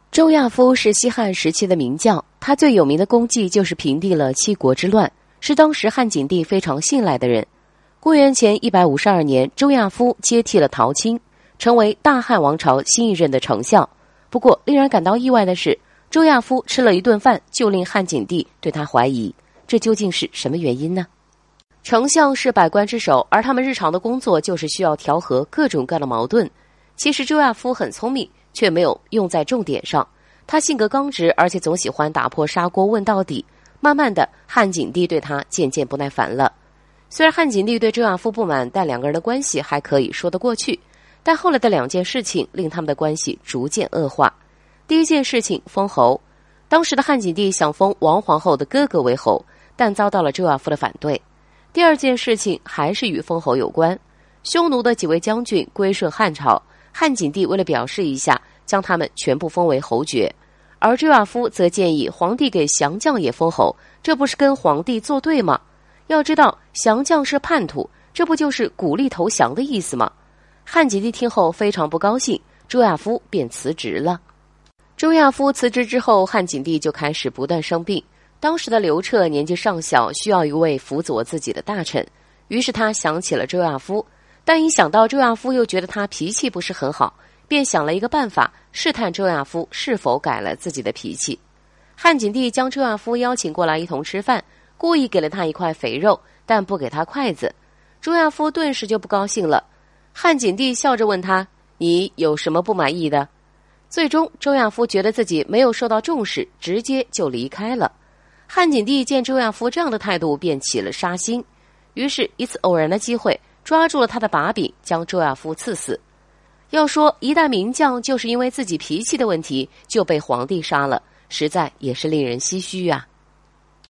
周亚夫是西汉时期的名将，他最有名的功绩就是平定了七国之乱，是当时汉景帝非常信赖的人。公元前152年，周亚夫接替了陶钦，成为大汉王朝新一任的丞相。不过，令人感到意外的是，周亚夫吃了一顿饭就令汉景帝对他怀疑，这究竟是什么原因呢？丞相是百官之首，而他们日常的工作就是需要调和各种各样的矛盾。其实周亚夫很聪明，却没有用在重点上。他性格刚直，而且总喜欢打破砂锅问到底。慢慢的，汉景帝对他渐渐不耐烦了。虽然汉景帝对周亚夫不满，但两个人的关系还可以说得过去。但后来的两件事情令他们的关系逐渐恶化。第一件事情，封侯。当时的汉景帝想封王皇后的哥哥为侯，但遭到了周亚夫的反对。第二件事情还是与封侯有关。匈奴的几位将军归顺汉朝，汉景帝为了表示一下，将他们全部封为侯爵。而周亚夫则建议皇帝给降将也封侯，这不是跟皇帝作对吗？要知道，降将是叛徒，这不就是鼓励投降的意思吗？汉景帝听后非常不高兴，周亚夫便辞职了。周亚夫辞职之后，汉景帝就开始不断生病。当时的刘彻年纪尚小，需要一位辅佐自己的大臣，于是他想起了周亚夫。但一想到周亚夫又觉得他脾气不是很好，便想了一个办法，试探周亚夫是否改了自己的脾气。汉景帝将周亚夫邀请过来一同吃饭，故意给了他一块肥肉，但不给他筷子。周亚夫顿时就不高兴了。汉景帝笑着问他：“你有什么不满意的？”最终，周亚夫觉得自己没有受到重视，直接就离开了。汉景帝见周亚夫这样的态度，便起了杀心，于是一次偶然的机会，抓住了他的把柄，将周亚夫赐死。要说一代名将就是因为自己脾气的问题就被皇帝杀了，实在也是令人唏嘘啊。